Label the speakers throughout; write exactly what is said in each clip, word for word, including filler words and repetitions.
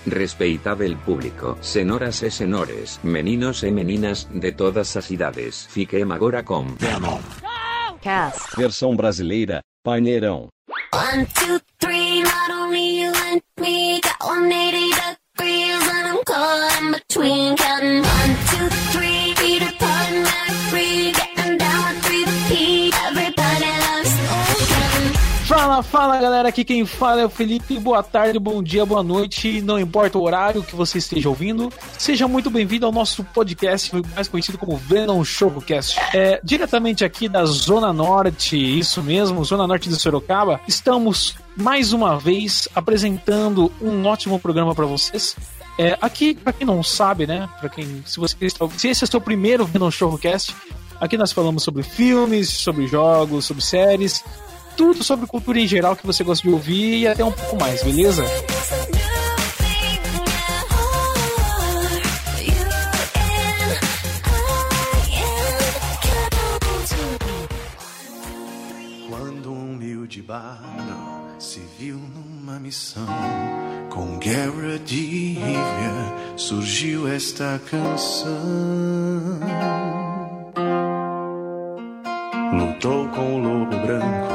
Speaker 1: Respeitável público, senhoras e senhores, meninos e meninas de todas as idades. Fiquem agora com Venom
Speaker 2: Cast.
Speaker 3: Versão brasileira, Paneirão.
Speaker 4: One, two, three, not only you and me, got one hundred eighty degrees and I'm caught in between, counting one, two, three, Peter Pan, Mary Free, getting down with three P, everybody loves counting.
Speaker 5: Fala, fala galera, aqui quem fala é o Felipe, boa tarde, bom dia, boa noite, não importa o horário que você esteja ouvindo, seja muito bem-vindo ao nosso podcast, mais conhecido como Venom Showcast, é, diretamente aqui da Zona Norte, isso mesmo, Zona Norte de Sorocaba. Estamos mais uma vez apresentando um ótimo programa para vocês. É, aqui, para quem não sabe, né, para quem, se você está, se esse é o seu primeiro Venom Showcast, aqui nós falamos sobre filmes, sobre jogos, sobre séries, tudo sobre cultura em geral que você gosta de ouvir e até um pouco mais, beleza?
Speaker 6: Quando um humilde bardo se viu numa missão, com guerra de Rivia surgiu esta canção. Lutou com o lobo branco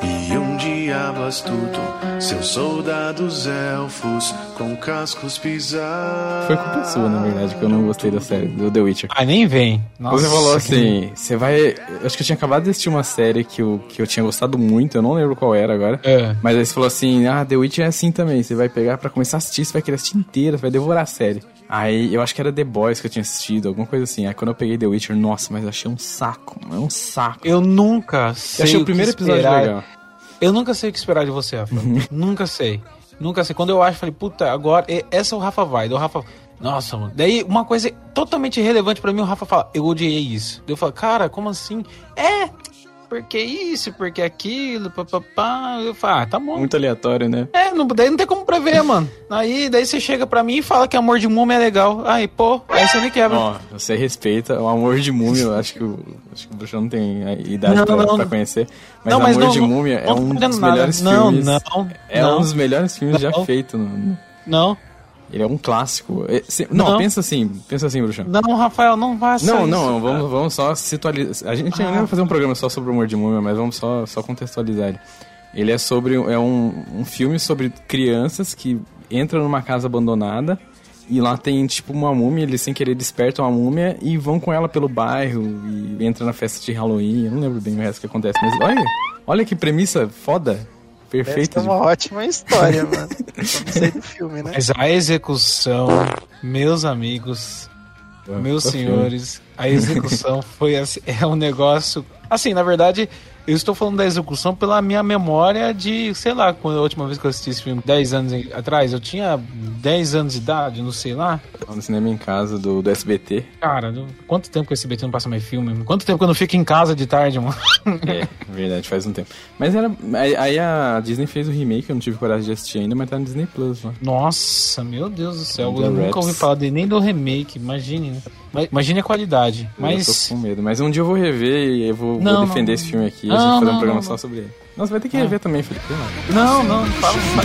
Speaker 6: e um diabo astuto, seus soldados elfos com cascos pisaram.
Speaker 7: Foi culpa sua, na verdade, que eu não gostei da série do The Witcher.
Speaker 5: Ah, nem vem. Nossa,
Speaker 7: você falou assim, você vai... Eu acho que eu tinha acabado de assistir uma série que eu, que eu tinha gostado muito, eu não lembro qual era agora.
Speaker 5: É.
Speaker 7: Mas aí você falou assim, ah, The Witcher é assim também, você vai pegar pra começar a assistir, você vai querer assistir inteira, você vai devorar a série. Aí eu acho que era The Boys que eu tinha assistido, alguma coisa assim. Aí quando eu peguei The Witcher, nossa, mas eu achei um saco, é um saco.
Speaker 5: Eu nunca sei.
Speaker 7: Eu achei
Speaker 5: o
Speaker 7: o primeiro episódio
Speaker 5: esperar.
Speaker 7: legal.
Speaker 5: Eu nunca sei o que esperar de você, Rafa. Nunca sei. Nunca sei. Quando eu acho, falei, puta, agora essa o Rafa vai. O Rafa, nossa, mano. Daí uma coisa totalmente irrelevante pra mim, o Daí fala, eu odiei isso. Daí eu falo, cara, como assim? É, porque isso, porque aquilo, papapá. Eu falo, ah, tá bom.
Speaker 7: Muito aleatório, né?
Speaker 5: É, não, daí não tem como prever, mano. Aí, daí você chega pra mim e fala que Amor de Múmia é legal. Aí, pô, aí você me quebra.
Speaker 7: Ó, você respeita o Amor de Múmia, eu acho que o, acho que o Bruxão não tem a idade
Speaker 5: não,
Speaker 7: pra,
Speaker 5: não,
Speaker 7: pra conhecer. Mas
Speaker 5: não, mas
Speaker 7: Amor
Speaker 5: não,
Speaker 7: de
Speaker 5: não,
Speaker 7: Múmia
Speaker 5: não,
Speaker 7: é um dos
Speaker 5: nada.
Speaker 7: melhores
Speaker 5: não,
Speaker 7: filmes.
Speaker 5: Não,
Speaker 7: é
Speaker 5: não,
Speaker 7: um dos melhores filmes
Speaker 5: não,
Speaker 7: já feitos. No,
Speaker 5: não.
Speaker 7: Ele é um clássico. Não, não, pensa assim, pensa assim, Bruxão.
Speaker 5: Não, Rafael, não vai ser.
Speaker 7: Não, não,
Speaker 5: isso,
Speaker 7: vamos, vamos só situalizar. A gente ah. não vai fazer um programa só sobre o Amor de Múmia, mas vamos só, só contextualizar ele. Ele é sobre é um, um filme sobre crianças que entram numa casa abandonada e lá tem tipo uma múmia, eles sem querer despertam a múmia e vão com ela pelo bairro e entram na festa de Halloween. Eu não lembro bem o resto que acontece, mas olha, olha que premissa foda. Perfeito.
Speaker 8: É uma ótima história, mano. Eu não sei do filme, né?
Speaker 5: Mas a execução, meus amigos, é, meus senhores, filme. A execução foi assim, é um negócio... Assim, na verdade, eu estou falando da execução pela minha memória de, sei lá, quando a última vez que eu assisti esse filme, dez anos atrás, eu tinha dez anos de idade, não sei lá.
Speaker 7: No cinema em casa do, do S B T.
Speaker 5: Cara, quanto tempo que o S B T não passa mais filme? Quanto tempo que eu não fico em casa de tarde, mano?
Speaker 7: É, verdade, faz um tempo. Mas era... Aí a Disney fez o remake, eu não tive coragem de assistir ainda, mas tá no Disney Plus, ó.
Speaker 5: Nossa, meu Deus do céu, eu nunca ouvi falar de, nem do remake, imagine, né? Imagine a qualidade, mas...
Speaker 7: Eu tô com medo, mas um dia eu vou rever e eu vou,
Speaker 5: não,
Speaker 7: vou defender não. esse filme aqui e a gente vai fazer um programa não, só não. sobre ele. Nossa, vai ter que rever ah. também, Felipe.
Speaker 5: Não, não, não fala isso.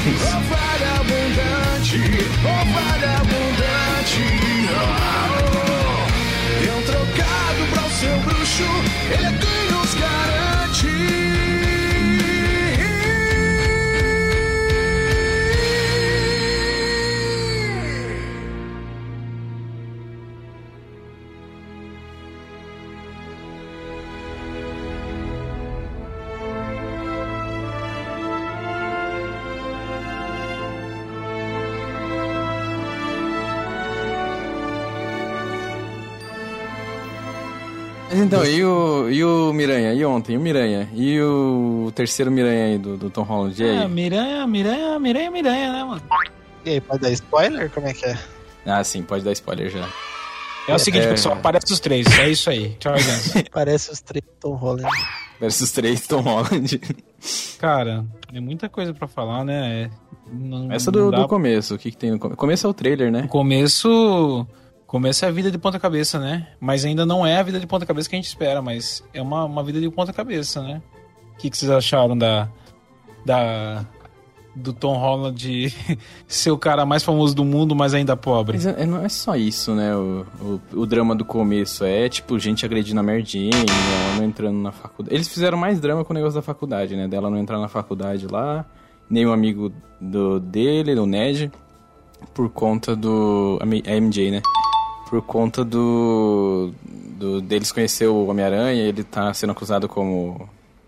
Speaker 6: Dê um trocado para o seu bruxo, ele é quem nos garante.
Speaker 7: Mas então, e o, e o Miranha? E ontem? E o Miranha? E o terceiro Miranha aí do, do Tom Holland? E aí?
Speaker 5: É, Miranha, Miranha, Miranha, Miranha, né, mano?
Speaker 8: E aí, pode dar spoiler? Como é que é?
Speaker 7: Ah, sim, pode dar spoiler já.
Speaker 5: É o seguinte, é... pessoal, aparece os três, é isso aí. Tchau, gente.
Speaker 8: Parece os três Tom Holland.
Speaker 7: Parece os três Tom Holland.
Speaker 5: Cara, é muita coisa pra falar, né? É,
Speaker 7: não, Essa do, do começo, o que, que tem no começo? O começo é o trailer, né?
Speaker 5: O começo... Começa a vida de ponta cabeça, né? Mas ainda não é a vida de ponta cabeça que a gente espera, mas é uma, uma vida de ponta cabeça, né? O que, que vocês acharam da, da do Tom Holland ser o cara mais famoso do mundo, mas ainda pobre.
Speaker 7: Mas é, não é só isso, né? O, o, o drama do começo é, tipo, gente agredindo a Mary Jane, ela não entrando na faculdade. Eles fizeram mais drama com o negócio da faculdade, né? Dela não entrar na faculdade lá, nem o amigo do, dele, o Ned, por conta do... A M J, né? Por conta do... do deles conhecer o Homem-Aranha, ele tá sendo acusado como...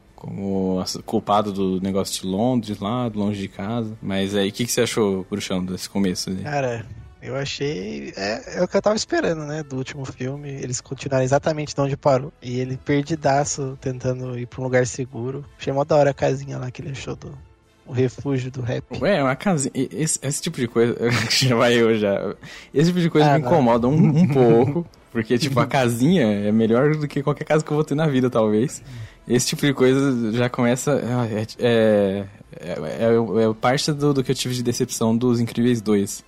Speaker 7: como culpado do negócio de Londres lá, longe de casa. Mas aí, o que, que você achou, Bruxão, desse começo? Aí?
Speaker 8: Cara, eu achei... É, é o que eu tava esperando, né, do último filme. Eles continuaram exatamente de onde parou. E ele perdidaço, tentando ir pra um lugar seguro. Achei mó da hora a casinha lá que ele achou do... o refúgio do rap.
Speaker 7: Ué, uma casinha... Esse, esse tipo de coisa... já vai eu já... Esse tipo de coisa ah, me incomoda um, um pouco. Porque, tipo, a casinha é melhor do que qualquer casa que eu vou ter na vida, talvez. Esse tipo de coisa já começa... É, é, é, é, é parte do, do que eu tive de decepção dos Incríveis dois.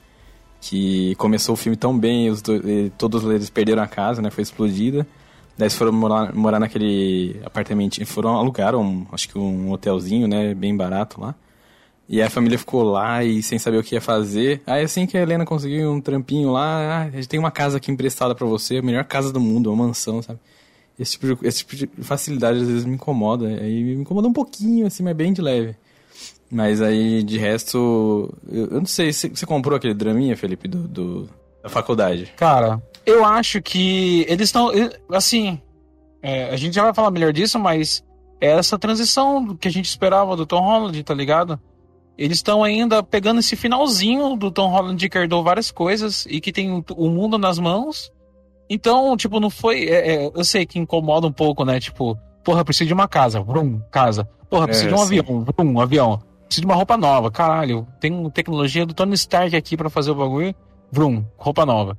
Speaker 7: Que começou o filme tão bem, os dois, todos eles perderam a casa, né? Foi explodida. Daí eles foram morar, morar naquele apartamento. Foram alugar, um, acho que um hotelzinho, né? Bem barato lá. E a família ficou lá e sem saber o que ia fazer. Aí assim que a Helena conseguiu um trampinho lá, ah, a gente tem uma casa aqui emprestada pra você, a melhor casa do mundo, uma mansão, sabe? Esse tipo de, esse tipo de facilidade às vezes me incomoda. Aí me incomoda um pouquinho, assim, mas bem de leve. Mas aí, de resto, eu, eu não sei, você, você comprou aquele draminha, Felipe, do, do, da faculdade?
Speaker 5: Cara, eu acho que eles estão, assim, é, a gente já vai falar melhor disso, mas é essa transição que a gente esperava do Tom Holland, tá ligado? Eles estão ainda pegando esse finalzinho do Tom Holland que herdou várias coisas e que tem o mundo nas mãos. Então, tipo, não foi... É, é, eu sei que incomoda um pouco, né? Tipo, porra, preciso de uma casa. Vrum, casa. Porra, preciso é, de um sim. avião. Vrum, um avião. Preciso de uma roupa nova. Caralho, tem tecnologia do Tony Stark aqui pra fazer o bagulho. Vrum, roupa nova.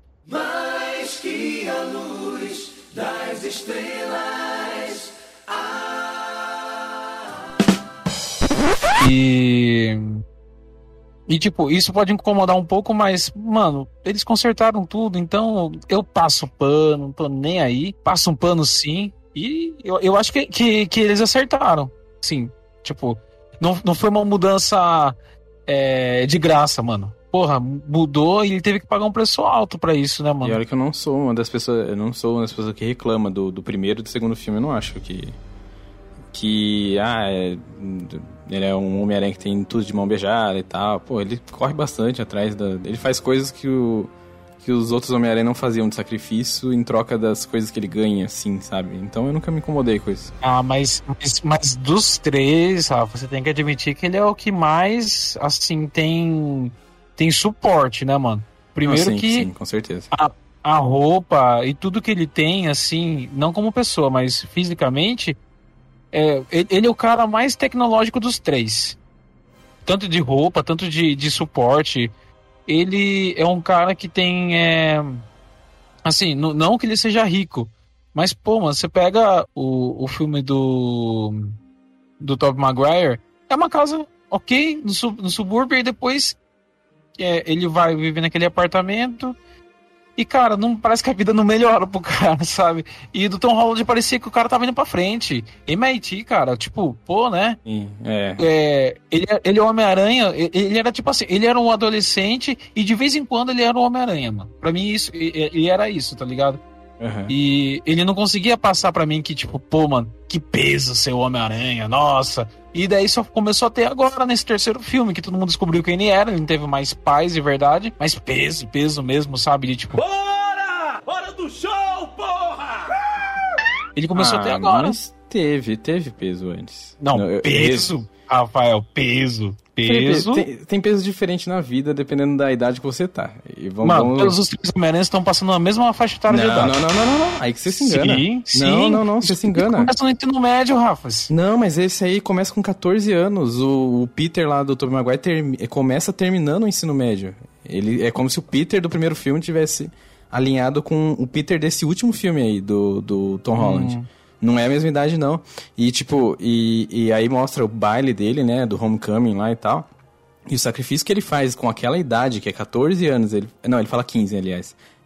Speaker 2: Mais que a luz das estrelas. Ah.
Speaker 5: E... E, tipo, isso pode incomodar um pouco, mas, mano, eles consertaram tudo, então eu passo pano, não tô nem aí. Passo um pano sim, e eu, eu acho que, que, que eles acertaram. Sim, tipo, não, não foi uma mudança é, de graça, mano. Porra, mudou e ele teve que pagar um preço alto pra isso, né, mano?
Speaker 7: E olha que eu não sou uma das pessoas, eu não sou uma das pessoas que reclama do, do primeiro e do segundo filme, eu não acho que... Que, ah, é, ele é um Homem-Aranha que tem tudo de mão beijada e tal. Pô, ele corre bastante atrás da... Ele faz coisas que, o, que os outros Homem-Aranha não faziam de sacrifício em troca das coisas que ele ganha, assim, sabe? Então eu nunca me incomodei com isso.
Speaker 5: Ah, mas, mas, mas dos três, Rafa, você tem que admitir que ele é o que mais, assim, tem, tem suporte, né, mano? Primeiro ah,
Speaker 7: sim,
Speaker 5: que...
Speaker 7: Sim, com certeza.
Speaker 5: A, a roupa e tudo que ele tem, assim, não como pessoa, mas fisicamente... É, ele é o cara mais tecnológico dos três. Tanto de roupa, tanto de, de suporte. Ele é um cara que tem... É, assim, n- não que ele seja rico. Mas, pô, mano, você pega o, o filme do... Do Tobey Maguire. É uma casa, ok, no, sub, no subúrbio. E depois é, ele vai viver naquele apartamento... E, cara, não, parece que a vida não melhora pro cara, sabe? E do Tom Holland parecia que o cara tava indo pra frente. M I T, cara, tipo, pô, né?
Speaker 7: Sim, é.
Speaker 5: é ele, ele é o Homem-Aranha, ele era tipo assim, ele era um adolescente e de vez em quando ele era o Homem-Aranha, mano. Pra mim, isso, ele era isso, tá ligado?
Speaker 7: Uhum.
Speaker 5: E ele não conseguia passar pra mim que, tipo, pô, mano, que peso ser o Homem-Aranha, nossa. E daí só começou a ter agora nesse terceiro filme, que todo mundo descobriu quem ele era, ele não teve mais paz de verdade, mas peso, peso mesmo, sabe? De tipo...
Speaker 2: Bora! Hora do show, porra!
Speaker 5: Ele começou
Speaker 7: ah,
Speaker 5: a ter agora.
Speaker 7: Mas teve, teve peso antes.
Speaker 5: Não,
Speaker 7: não eu,
Speaker 5: peso, eu... Rafael, peso. Peso.
Speaker 7: Tem, tem peso diferente na vida, dependendo da idade que você tá. E vamos,
Speaker 5: Mano,
Speaker 7: vamos...
Speaker 5: todos os três Homem-Aranhas estão passando na mesma faixa etária de idade.
Speaker 7: Não, não, não, não, não. Aí que você se engana.
Speaker 5: Sim, sim.
Speaker 7: Não, não, não, você se engana.
Speaker 5: Começa no ensino médio, Rafa.
Speaker 7: Não, mas esse aí começa com catorze anos. O, o Peter lá do Tobey Maguire ter, começa terminando o ensino médio. Ele, é como se o Peter do primeiro filme tivesse alinhado com o Peter desse último filme aí, do, do Tom Holland. Hum. Não é a mesma idade, não. E, tipo, e, e aí mostra o baile dele, né, do Homecoming lá e tal. E o sacrifício que ele faz com aquela idade, que é catorze anos, ele... Não, ele fala quinze, aliás.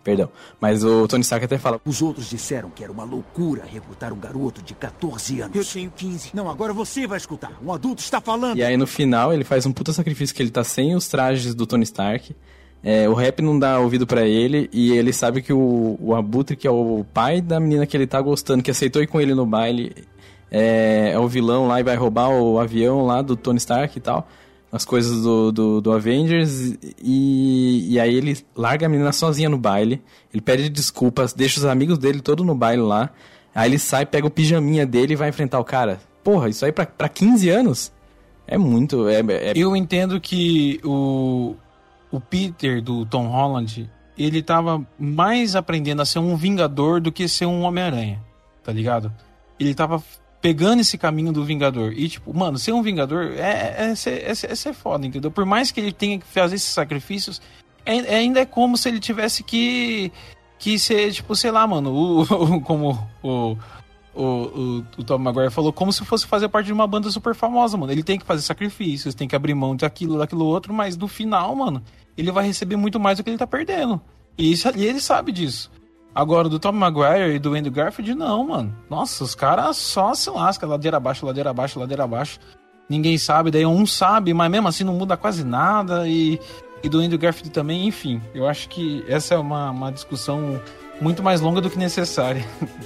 Speaker 7: Perdão. Mas o Tony Stark até fala...
Speaker 9: Os outros disseram que era uma loucura recrutar um garoto de catorze anos.
Speaker 2: Eu tenho quinze.
Speaker 9: Não, agora você vai escutar. Um adulto está falando.
Speaker 7: E aí no final ele faz um puta sacrifício que ele tá sem os trajes do Tony Stark. É, o Rap não dá ouvido pra ele e ele sabe que o, o Abutre, que é o pai da menina que ele tá gostando, que aceitou ir com ele no baile, é, é o vilão lá e vai roubar o avião lá do Tony Stark e tal, as coisas do, do, do Avengers, e, e aí ele larga a menina sozinha no baile, ele pede desculpas, deixa os amigos dele todos no baile lá, aí ele sai, pega o pijaminha dele e vai enfrentar o cara. Porra, isso aí pra, pra quinze anos é muito... É, é...
Speaker 5: Eu entendo que o... O Peter, do Tom Holland, ele tava mais aprendendo a ser um Vingador do que ser um Homem-Aranha, tá ligado? Ele tava pegando esse caminho do Vingador. E, tipo, mano, ser um Vingador é, é, ser, é, ser, é ser foda, entendeu? Por mais que ele tenha que fazer esses sacrifícios, é, é, ainda é como se ele tivesse que, que ser, tipo, sei lá, mano, o, o, como o... O, o, o Tom Maguire falou, como se fosse fazer parte de uma banda super famosa, mano. Ele tem que fazer sacrifícios, tem que abrir mão daquilo, daquilo outro, mas no final, mano, ele vai receber muito mais do que ele tá perdendo. E, isso, e ele sabe disso. Agora, do Tom Maguire e do Andrew Garfield, não, mano. Nossa, os caras só se lascam, ladeira abaixo, ladeira abaixo, ladeira abaixo. Ninguém sabe, daí um sabe, mas mesmo assim não muda quase nada. E, e do Andrew Garfield também, enfim. Eu acho que essa é uma, uma discussão muito mais longa do que necessária.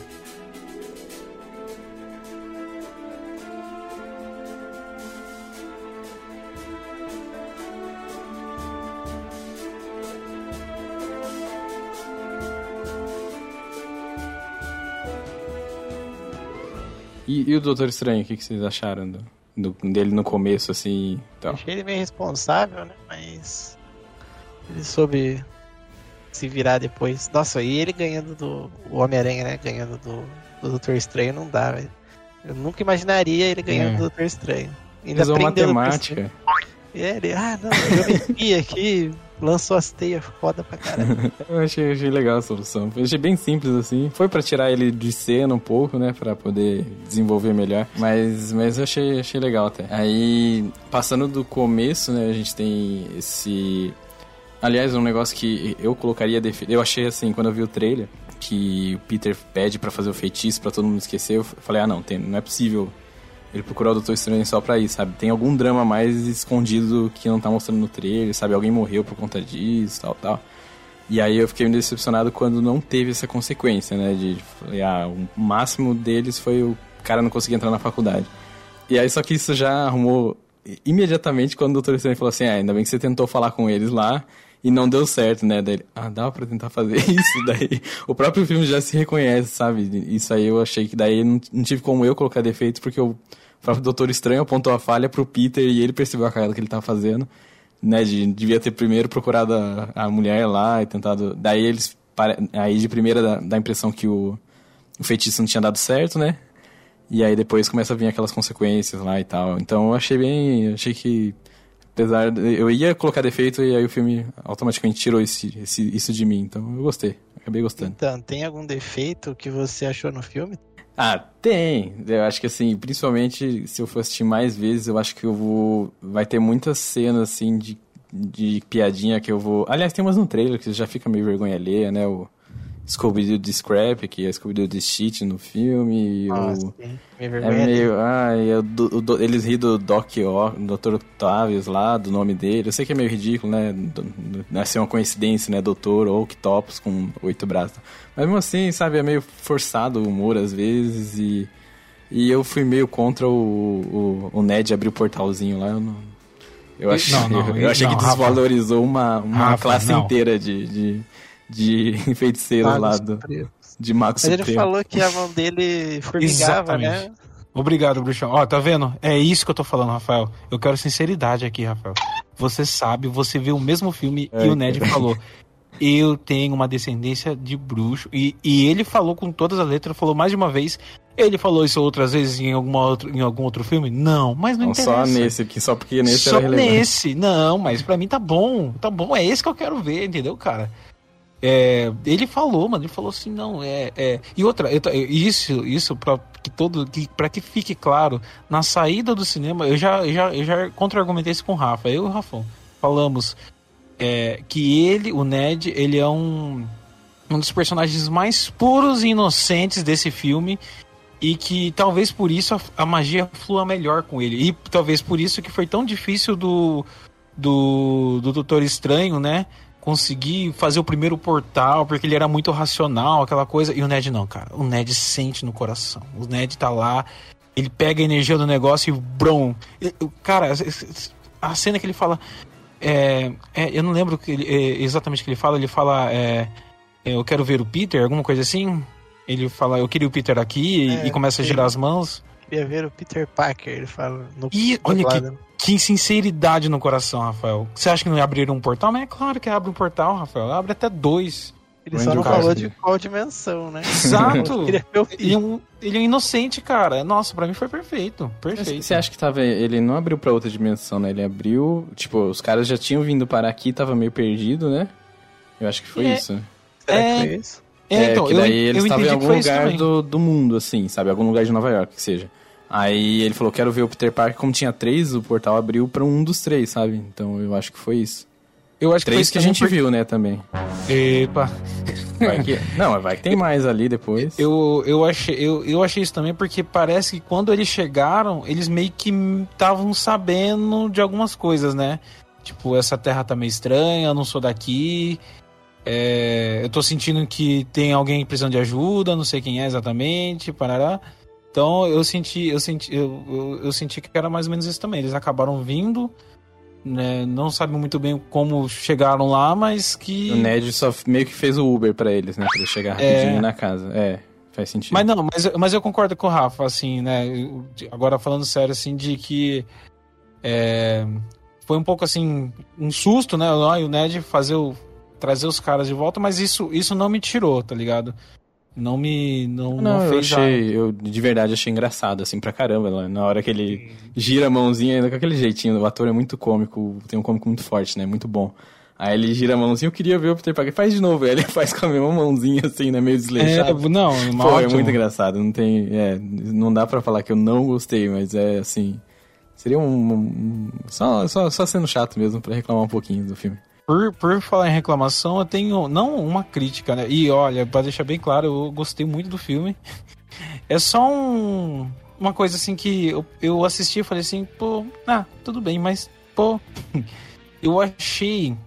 Speaker 7: E, e o Doutor Estranho, o que, que vocês acharam do, do, dele no começo, assim? Então?
Speaker 8: Achei ele meio responsável, né? Mas ele soube se virar depois. Nossa, e ele ganhando do o Homem-Aranha, né? Ganhando do, do Doutor Estranho não dá, velho. Eu nunca imaginaria ele ganhando é. do Doutor Estranho. Ainda
Speaker 7: usou matemática.
Speaker 8: E ele, ah, não, eu me aqui, lançou as teias foda pra caramba.
Speaker 7: Eu achei, achei legal a solução. Eu achei bem simples assim. Foi pra tirar ele de cena um pouco, né? Pra poder desenvolver melhor. Mas, mas eu achei, achei legal até. Aí, passando do começo, né? A gente tem esse... Aliás, um negócio que eu colocaria... Def... Eu achei assim, quando eu vi o trailer, que o Peter pede pra fazer o feitiço pra todo mundo esquecer. Eu falei, ah, não, tem, não é possível... Ele procurou o Doutor Estranho só pra isso, sabe? Tem algum drama mais escondido que não tá mostrando no trailer, sabe? Alguém morreu por conta disso, tal, tal. E aí eu fiquei decepcionado quando não teve essa consequência, né? De, falei, ah, o máximo deles foi o cara não conseguir entrar na faculdade. E aí só que isso já arrumou imediatamente quando o Doutor Estranho falou assim, ah, ainda bem que você tentou falar com eles lá e não deu certo, né? Daí, ah, dava pra tentar fazer isso. Daí o próprio filme já se reconhece, sabe? Isso aí eu achei que daí não, não tive como eu colocar defeito, porque eu... O próprio Doutor Estranho apontou a falha pro Peter e ele percebeu a cagada que ele tava fazendo, né? De, devia ter primeiro procurado a, a mulher lá e tentado... Daí eles... Aí de primeira dá, dá a impressão que o, o feitiço não tinha dado certo, né? E aí depois começa a vir aquelas consequências lá e tal. Então eu achei bem... Achei que... Apesar... De, eu ia colocar defeito e aí o filme automaticamente tirou esse, esse, isso de mim. Então eu gostei. Acabei gostando.
Speaker 8: Então, tem algum defeito que você achou no filme?
Speaker 7: Ah, tem. Eu acho que assim, principalmente se eu for assistir mais vezes, eu acho que eu vou... Vai ter muitas cenas, assim, de, de piadinha que eu vou... Aliás, tem umas no trailer que já fica meio vergonha alheia, né? O Scooby-Doo de Scrap, que é Scooby-Doo de Cheat no filme.
Speaker 8: Nossa,
Speaker 7: o...
Speaker 8: sim.
Speaker 7: É meio... Ai, eu, do, do, eles ri do Doc O, do doutor Octavius lá, do nome dele. Eu sei que é meio ridículo, né? Do, do, não é ser uma coincidência, né? doutor Octopus com oito braços. Mas mesmo assim, sabe, é meio forçado o humor às vezes e, e eu fui meio contra o, o, o Ned abrir o portalzinho lá. Eu, não, eu achei,
Speaker 5: não, não,
Speaker 7: eu, eu achei
Speaker 5: não,
Speaker 7: que desvalorizou uma, uma
Speaker 5: Rafa,
Speaker 7: classe
Speaker 5: não.
Speaker 7: inteira de, de, de feiticeiros lá do, de Mago
Speaker 8: Mas
Speaker 7: Supremo.
Speaker 8: ele falou que a mão dele formigava, né?
Speaker 5: Exatamente. Obrigado, Bruxão. Ó, tá vendo? É isso que eu tô falando, Rafael. Eu quero sinceridade aqui, Rafael. Você sabe, você viu o mesmo filme
Speaker 7: É,
Speaker 5: e o Ned falou... Eu tenho uma descendência de bruxo. E, e ele falou com todas as letras, falou mais de uma vez. Ele falou isso outras vezes em, alguma outro, em algum outro filme? Não, mas não,
Speaker 7: não
Speaker 5: interessa.
Speaker 7: Só nesse aqui, só porque nesse
Speaker 5: Só
Speaker 7: era relevante.
Speaker 5: nesse. Não, mas pra mim tá bom. Tá bom, é esse que eu quero ver, entendeu, cara? É, ele falou, mano, ele falou assim, não, é... é... E outra, eu, isso, isso pra que, todo, que, pra que fique claro, na saída do cinema, eu já, eu já, eu já contra-argumentei isso com o Rafa, eu e o Rafão. Falamos... É, que ele, o Ned, ele é um um dos personagens mais puros e inocentes desse filme, e que talvez por isso a, a magia flua melhor com ele, e talvez por isso que foi tão difícil do, do, do Doutor Estranho, né, conseguir fazer o primeiro portal, porque ele era muito racional, aquela coisa, e o Ned não, cara, o Ned sente no coração, o Ned tá lá, ele pega a energia do negócio e brum, cara, a cena que ele fala, é, é, eu não lembro que ele, é, exatamente o que ele fala, ele fala, é, eu quero ver o Peter, alguma coisa assim. Ele fala, eu queria o Peter aqui,
Speaker 8: É,
Speaker 5: e começa a girar as mãos.
Speaker 8: Queria ver o Peter Parker, ele fala. No
Speaker 5: E olha
Speaker 8: lado.
Speaker 5: que, que sinceridade no coração, Rafael. Você acha que não ia abrir um portal? Mas é claro que abre um portal, Rafael. Abre até dois.
Speaker 8: Ele só
Speaker 7: Andrew
Speaker 8: não falou
Speaker 7: Garfield.
Speaker 8: de qual dimensão, né?
Speaker 5: Exato.
Speaker 8: Queria ver o
Speaker 5: Ele é, um, ele é um inocente, cara. Nossa, pra mim foi perfeito. Perfeito.
Speaker 7: Você acha que tava. Ele não abriu pra outra dimensão, né? Ele abriu. Tipo, os caras já tinham vindo parar aqui, tava meio perdido, né? Eu acho que foi
Speaker 5: É.
Speaker 7: isso.
Speaker 8: Será
Speaker 5: É.
Speaker 8: que foi isso?
Speaker 5: É, então,
Speaker 7: que
Speaker 5: eu,
Speaker 7: daí
Speaker 5: eu
Speaker 7: eles estavam
Speaker 5: entendi
Speaker 7: em
Speaker 5: que
Speaker 7: algum
Speaker 5: foi isso
Speaker 7: lugar
Speaker 5: também.
Speaker 7: do, do mundo, assim, sabe? Algum lugar de Nova York, que seja. Aí ele falou, quero ver o Peter Parker. Como tinha três, o portal abriu pra um dos três, sabe? Então eu acho que foi isso.
Speaker 5: Eu acho que foi
Speaker 7: Três
Speaker 5: isso
Speaker 7: que a
Speaker 5: também
Speaker 7: gente
Speaker 5: porque-
Speaker 7: viu, né, também.
Speaker 5: Epa.
Speaker 7: Vai que... Não, vai que tem mais ali depois.
Speaker 5: Eu, eu, achei, eu, eu achei isso também porque parece que quando eles chegaram, eles meio que estavam sabendo de algumas coisas, né? Tipo, essa terra tá meio estranha, eu não sou daqui. É, eu tô sentindo que tem alguém precisando de ajuda, não sei quem é exatamente, parará. Então eu senti, eu senti, eu, eu, eu senti que era mais ou menos isso também. Eles acabaram vindo, né? Não sabem muito bem como chegaram lá, mas que.
Speaker 7: O Ned só meio que fez o Uber pra eles, né? Pra eles chegar rapidinho
Speaker 5: É.
Speaker 7: na casa. É, faz sentido.
Speaker 5: Mas não, mas, mas eu concordo com o Rafa, assim, né? eu- Agora falando sério, assim, de que é, foi um pouco assim, um susto, né? O o Ned fazer o, trazer os caras de volta, mas isso, isso não me tirou, tá ligado? Não me. Não,
Speaker 7: Não,
Speaker 5: não
Speaker 7: eu
Speaker 5: fez a-
Speaker 7: achei, eu de verdade achei engraçado, assim, pra caramba. Lá, na hora que ele gira a mãozinha, ainda com aquele jeitinho, o ator é muito cômico, tem um cômico muito forte, né? Muito bom. Aí ele gira a mãozinha, eu queria ver o Peter Parker, faz de novo. Aí ele faz com a mesma mãozinha, assim, né? Meio
Speaker 5: É,
Speaker 7: desleixado.
Speaker 5: não,
Speaker 7: Pô, é
Speaker 5: ótimo.
Speaker 7: muito engraçado, não tem, é, não dá pra falar que eu não gostei, mas é, assim, seria um, um- só, só, só sendo chato mesmo pra reclamar um pouquinho do filme.
Speaker 5: Por, por falar em reclamação, eu tenho não uma crítica, né? E olha, pra deixar bem claro, eu gostei muito do filme. É só um, uma coisa assim que eu, eu assisti e falei assim, pô, ah, tudo bem, mas, pô, eu achei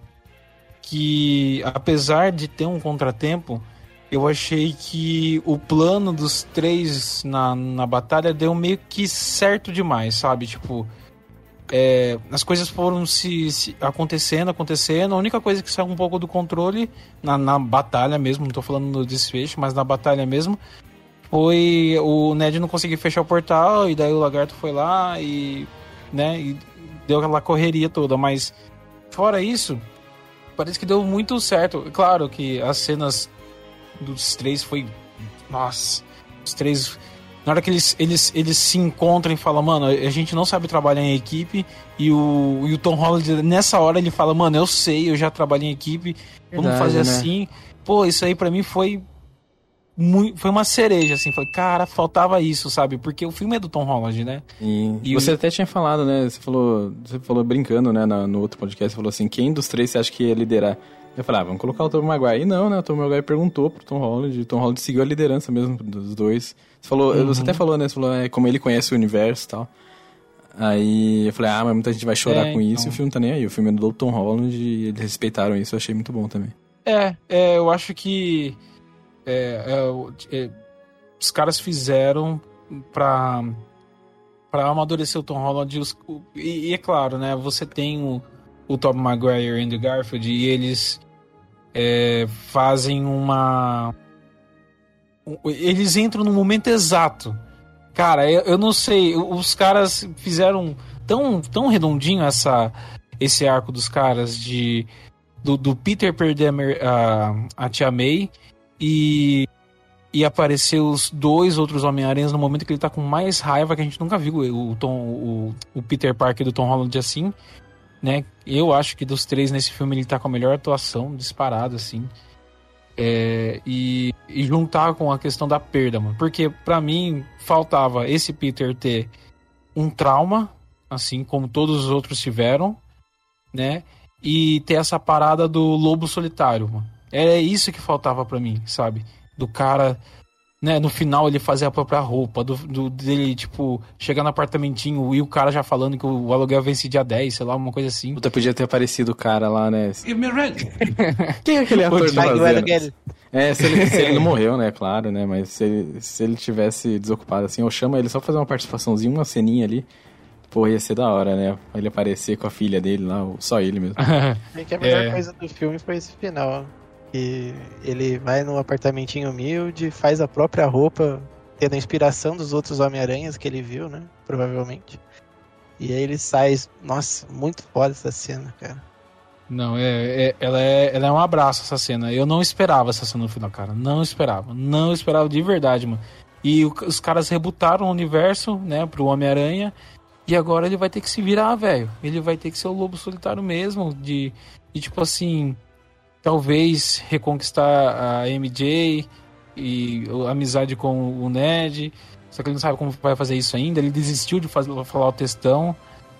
Speaker 5: que, apesar de ter um contratempo, eu achei que o plano dos três na, na batalha deu meio que certo demais, sabe? Tipo, é, as coisas foram se, se acontecendo, acontecendo. A única coisa que saiu um pouco do controle na, na batalha mesmo, não tô falando no desfecho, mas na batalha mesmo, foi o Ned não conseguir fechar o portal, e daí o Lagarto foi lá e, né, e deu aquela correria toda. Mas fora isso, parece que deu muito certo. Claro que as cenas dos três foi... Nossa, os três... Na hora que eles, eles, eles se encontram e falam, mano, a gente não sabe trabalhar em equipe, e o, e o Tom Holland, nessa hora, ele fala, mano, eu sei, eu já trabalhei em equipe, vamos
Speaker 7: Verdade,
Speaker 5: fazer
Speaker 7: né?
Speaker 5: assim. Pô, isso aí pra mim foi muito, foi uma cereja, assim, falei, cara, faltava isso, sabe? Porque o filme é do Tom Holland, né?
Speaker 7: E,
Speaker 5: E
Speaker 7: você
Speaker 5: o-
Speaker 7: até tinha falado, né? Você falou, você falou brincando, né? na- No outro podcast, você falou assim, quem dos três você acha que ia liderar? Eu falei, ah, vamos colocar o Tom Maguire. E não, né? O Tom Maguire perguntou pro Tom Holland, e o Tom Holland seguiu a liderança mesmo dos dois. Você falou,
Speaker 5: Uhum.
Speaker 7: você até falou, né? Você falou, é, como ele conhece o universo e tal. Aí eu falei, ah, mas muita gente vai chorar
Speaker 5: É,
Speaker 7: com isso,
Speaker 5: então.
Speaker 7: e o filme não tá nem aí. O filme é do Tom Holland e eles respeitaram isso, eu achei muito bom também.
Speaker 5: É, é, eu acho que é, é, o- é, os caras fizeram pra, pra amadurecer o Tom Holland. Os- o- e, e é claro, né? Você tem o, o Tobey Maguire e o Andrew Garfield, e eles é, fazem uma... um- Eles entram no momento exato. Cara, eu, eu não sei, os caras fizeram tão, tão redondinho essa, esse arco dos caras de... Do, do Peter perder a, Mer- a, a Tia May e, e aparecer os dois outros Homem-Aranhas no momento que ele tá com mais raiva, que a gente nunca viu o, Tom, o, o Peter Parker do Tom Holland assim, né? Eu acho que dos três nesse filme ele tá com a melhor atuação, disparado, assim. É, e, e juntar com a questão da perda, mano. Porque pra mim faltava esse Peter ter um trauma, assim como todos os outros tiveram, né? E ter essa parada do lobo solitário, mano. É isso que faltava pra mim, sabe? Do cara, né, no final ele fazer a própria roupa, do, do dele, tipo, chegar no apartamentinho e o cara já falando que o aluguel vence dia dez, sei lá, uma coisa assim.
Speaker 7: Puta, podia ter aparecido o cara lá, né?
Speaker 2: Give me rent.
Speaker 7: Quem é aquele ator
Speaker 8: Vai,
Speaker 7: fazendo?
Speaker 8: Aluguel.
Speaker 7: É, se ele, se ele não morreu, né, claro, né, mas se ele, se ele tivesse desocupado assim, eu chamo ele só pra fazer uma participaçãozinha, uma ceninha ali, pô, ia ser da hora, né, ele aparecer com a filha dele lá, ou só ele mesmo.
Speaker 8: É que a melhor
Speaker 5: É.
Speaker 8: coisa do filme foi esse final. Que ele vai num apartamentinho humilde, faz a própria roupa, tendo a inspiração dos outros Homem-Aranhas que ele viu, né? Provavelmente. E aí ele sai. Nossa, muito foda essa cena, cara.
Speaker 5: Não, é, é- ela, é, ela é um abraço, essa cena. Eu não esperava essa cena no final, cara. Não esperava. Não esperava de verdade, mano. E o- os caras rebutaram o universo, né, pro Homem-Aranha. E agora ele vai ter que se virar, velho. Ele vai ter que ser o lobo solitário mesmo. De, de tipo assim, talvez reconquistar a M J e a amizade com o Ned. Só que ele não sabe como vai fazer isso ainda. Ele desistiu de fazer, falar o textão.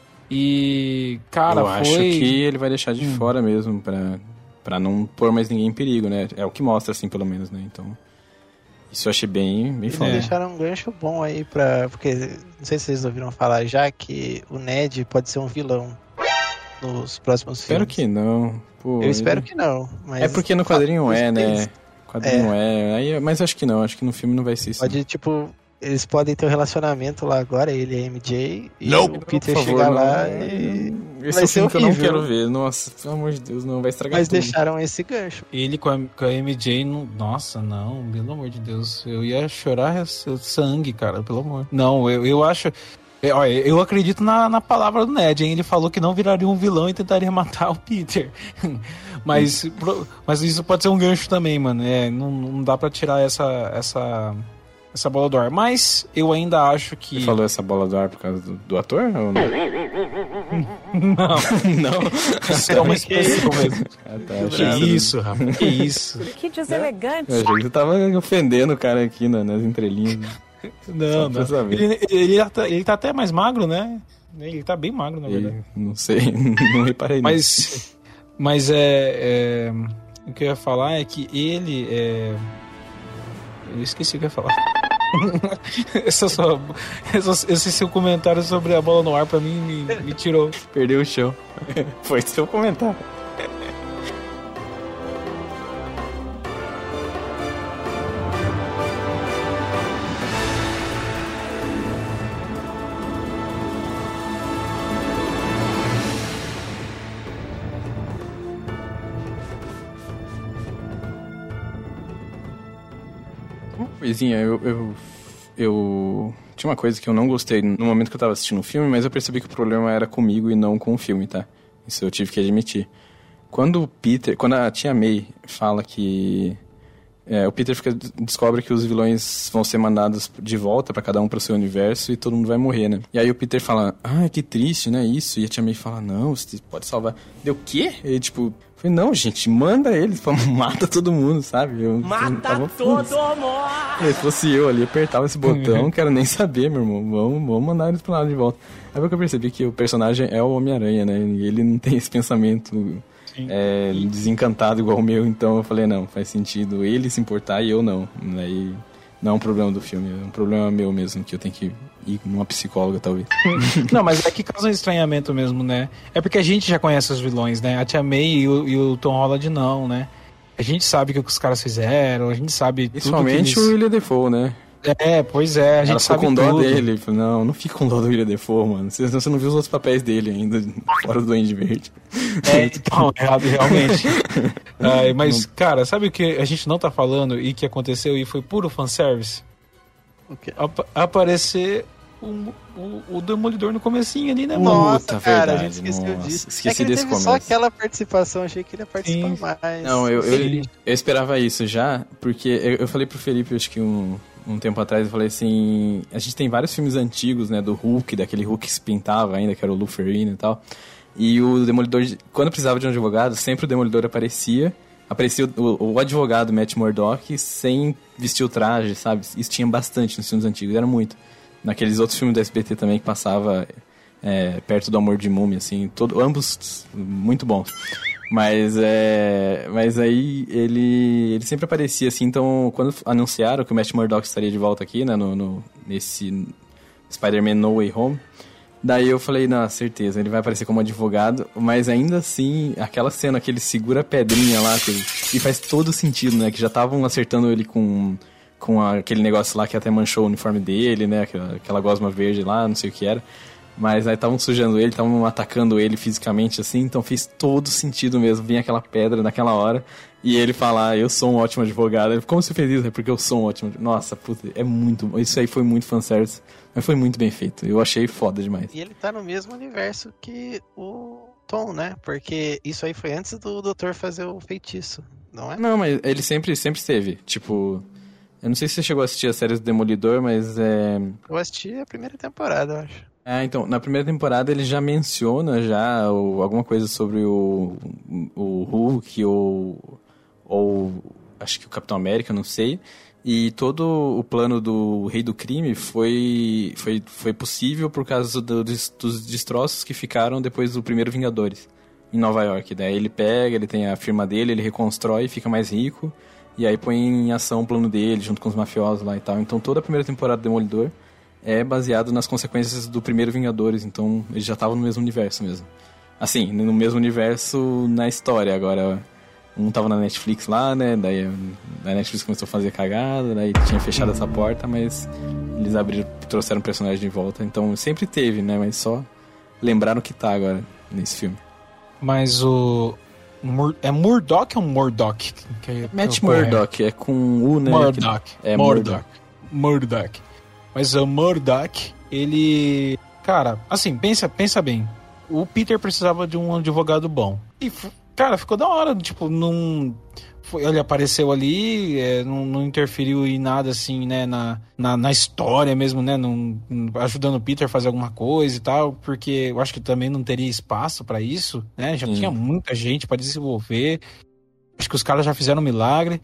Speaker 5: E, cara,
Speaker 7: eu
Speaker 5: foi...
Speaker 7: acho que ele vai deixar de
Speaker 5: Hum.
Speaker 7: fora mesmo, pra, pra não pôr mais ninguém em perigo, né, é o que mostra, assim, pelo menos, né, então, isso eu achei bem, bem
Speaker 8: Eles
Speaker 7: foda.
Speaker 8: deixaram um gancho bom aí pra. Porque não sei se vocês ouviram falar já que o Ned pode ser um vilão nos próximos
Speaker 7: Espero
Speaker 8: filmes.
Speaker 7: que não, pô.
Speaker 8: Eu espero
Speaker 7: ele-
Speaker 8: que não. Mas
Speaker 7: É porque no quadrinho é, né,
Speaker 8: Eles-
Speaker 7: quadrinho é, aí, mas acho que não, acho que no filme não vai ser isso.
Speaker 8: Pode, tipo, eles podem ter um relacionamento lá agora, ele e a M J, e
Speaker 7: Nope.
Speaker 8: o Peter
Speaker 7: Por favor,
Speaker 8: chegar
Speaker 7: não.
Speaker 8: lá e.
Speaker 7: Esse
Speaker 8: vai
Speaker 7: é o
Speaker 8: ser
Speaker 7: filme que eu não
Speaker 8: horrível.
Speaker 7: quero ver, nossa, pelo amor de Deus, não, vai estragar
Speaker 8: Mas
Speaker 7: tudo.
Speaker 8: deixaram esse gancho.
Speaker 5: Ele com a, com a M J, não, nossa, não, pelo amor de Deus. Eu ia chorar sangue, cara, pelo amor. Não, eu, eu acho... é, olha, eu acredito na, na palavra do Ned, hein? Ele falou que não viraria um vilão e tentaria matar o Peter. mas, pro- mas isso pode ser um gancho também, mano. É, não, não dá pra tirar essa, essa, essa bola do ar. Mas eu ainda acho que...
Speaker 7: Você falou essa bola do ar por causa do, do ator ou não?
Speaker 5: Não,
Speaker 7: não.
Speaker 5: isso é uma expressão mesmo.
Speaker 7: Ah, tá,
Speaker 5: Que
Speaker 7: achei que-
Speaker 5: isso, rapaz, que isso.
Speaker 10: Que deselegante.
Speaker 7: Eu achei que você tava ofendendo o cara aqui na- nas entrelinhas.
Speaker 5: Não,
Speaker 7: Só pra
Speaker 5: não.
Speaker 7: saber.
Speaker 5: Ele, ele, tá, ele tá até mais magro, né? Ele tá bem magro, na verdade.
Speaker 7: Ele- não sei, não reparei
Speaker 5: Mas, mas é, é. O que eu ia falar é que ele é. Eu esqueci o que eu ia falar. Essa sua, essa- esse seu comentário sobre a bola no ar pra mim me, me tirou.
Speaker 7: Perdeu o chão. Foi seu comentário. Uma coisinha, eu, eu, eu... Tinha uma coisa que eu não gostei no momento que eu tava assistindo o filme, mas eu percebi que o problema era comigo e não com o filme, tá? Isso eu tive que admitir. Quando o Peter... Quando a tia May fala que... É, o Peter fica, descobre que os vilões vão ser mandados de volta pra cada um pro seu universo e todo mundo vai morrer, né? E aí o Peter fala, ah, que triste, né, isso? E a tia May fala, não, você pode salvar. Deu o quê? E tipo, eu falei, não, gente, manda eles, mata todo mundo, sabe? Eu,
Speaker 2: Mata todo mundo!
Speaker 7: Se fosse eu ali, apertava esse botão, não quero nem saber, meu irmão. Vamos, vamos mandar eles pro lado de volta. Aí foi que eu percebi que o personagem é o Homem-Aranha, né? E ele não tem esse pensamento é, desencantado igual o meu, então eu falei, não, faz sentido ele se importar e eu não. Aí não é um problema do filme, é um problema meu mesmo, que eu tenho que ir numa psicóloga, talvez.
Speaker 5: Não, mas é que causa um estranhamento mesmo, né? É porque a gente já conhece os vilões, né? A tia May e o, e o Tom Holland não, né? A gente sabe o que os caras fizeram, a gente sabe
Speaker 7: Principalmente
Speaker 5: tudo que
Speaker 7: o
Speaker 5: eles...
Speaker 7: William Dafoe, né?
Speaker 5: É, pois é, a gente
Speaker 7: Ela ficou
Speaker 5: sabe
Speaker 7: com dó
Speaker 5: tudo.
Speaker 7: dele. Falei, não, não fica com dó do William Dafoe, mano. Você, você não viu os outros papéis dele ainda, fora do Duende Verde.
Speaker 5: É, então, errado, realmente. Ai, mas, cara, sabe o que a gente não tá falando e que aconteceu e foi puro fanservice?
Speaker 8: O quê?
Speaker 5: Ap- aparecer o, o, o Demolidor no comecinho ali, né, mano?
Speaker 8: Nossa,
Speaker 7: Puta,
Speaker 8: cara,
Speaker 7: verdade,
Speaker 8: a gente esqueceu
Speaker 7: nossa,
Speaker 8: disso.
Speaker 7: esqueci
Speaker 8: é que ele
Speaker 7: desse
Speaker 8: teve só
Speaker 7: começo.
Speaker 8: aquela participação, achei que ele ia participar
Speaker 5: Sim.
Speaker 8: mais.
Speaker 7: Não, eu, eu,
Speaker 8: Ele-
Speaker 7: eu esperava isso já, porque eu, eu falei pro Felipe, acho que um, um tempo atrás, eu falei assim, a gente tem vários filmes antigos, né, do Hulk, daquele Hulk que se pintava ainda, que era o Lou Ferrigno e tal, e o Demolidor, quando precisava de um advogado, sempre o Demolidor aparecia, aparecia o, o advogado Matt Murdock sem vestir o traje, sabe? Isso tinha bastante nos filmes antigos, era muito. Naqueles outros filmes do S B T também que passava é, perto do Amor de Múmia, assim, todo, ambos muito bons. Mas é. Mas aí ele. Ele sempre aparecia assim, então quando anunciaram que o Matt Murdock estaria de volta aqui, né? No, no, nesse Spider-Man No Way Home. Daí eu falei, não, certeza, ele vai aparecer como advogado, mas ainda assim, aquela cena que ele segura a pedrinha lá, que ele, e faz todo sentido, né? Que já estavam acertando ele com, com a, aquele negócio lá que até manchou o uniforme dele, né? Aquela, aquela gosma verde lá, não sei o que era. Mas aí estavam sujando ele, estavam atacando ele fisicamente assim, então fez todo sentido mesmo. Vinha aquela pedra naquela hora e ele falar, eu sou um ótimo advogado. Como você fez isso? É porque eu sou um ótimo advogado. Nossa, puta, é muito... Isso aí foi muito fanservice, mas foi muito bem feito. Eu achei foda demais.
Speaker 8: E ele tá no mesmo universo que o Tom, né? Porque isso aí foi antes do doutor fazer o feitiço, não é?
Speaker 7: Não, mas ele sempre, sempre esteve. Tipo... Eu não sei se você chegou a assistir a série do Demolidor, mas é...
Speaker 8: Eu assisti a primeira temporada, eu acho.
Speaker 7: Ah, então, na primeira temporada ele já menciona já ou, alguma coisa sobre o, o Hulk ou, ou acho que o Capitão América, não sei. E todo o plano do Rei do Crime foi, foi, foi possível por causa do, dos, dos destroços que ficaram depois do primeiro Vingadores, em Nova York. Daí ele pega, ele tem a firma dele, ele reconstrói, fica mais rico, e aí põe em ação o plano dele, junto com os mafiosos lá e tal. Então toda a primeira temporada do Demolidor é baseado nas consequências do primeiro Vingadores, então eles já estavam no mesmo universo mesmo. Assim, no mesmo universo na história. Agora, um tava na Netflix lá, né, daí a Netflix começou a fazer cagada, daí tinha fechado essa porta, mas eles abriram, trouxeram o personagem de volta, então sempre teve, né, mas só lembraram que tá agora nesse filme.
Speaker 5: Mas o... Mur... É Murdock ou Murdock? Que é,
Speaker 7: Matt Murdock, é com U, né?
Speaker 5: Murdock.
Speaker 7: É
Speaker 5: Murdock. Murdock. Mas o Murdock, ele... Cara, assim, pensa, pensa bem. O Peter precisava de um advogado bom. E, cara, ficou da hora. Tipo, não... Foi, ele apareceu ali, é, não, não interferiu em nada, assim, né? Na, na, na história mesmo, né? Não, ajudando o Peter a fazer alguma coisa e tal. Porque eu acho que também não teria espaço pra isso, né? Já hum. tinha muita gente pra desenvolver. Acho que os caras já fizeram um milagre.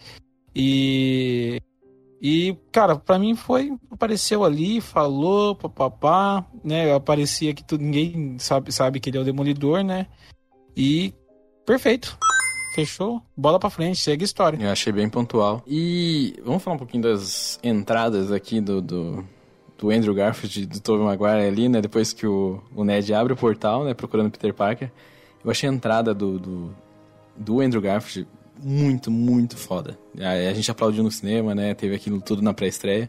Speaker 5: E... E, cara, pra mim foi... Apareceu ali, falou, papapá, né? Aparecia que tu, ninguém sabe, sabe que ele é o Demolidor, né? E... Perfeito. Fechou. Bola pra frente, segue a história.
Speaker 7: Eu achei bem pontual. E vamos falar um pouquinho das entradas aqui do... do... do Andrew Garfield e do Tobey Maguire ali, né? Depois que o, o Ned abre o portal, né? Procurando Peter Parker. Eu achei a entrada do... do, do Andrew Garfield... muito, muito foda. A, a gente aplaudiu no cinema, né? Teve aquilo tudo na pré-estreia.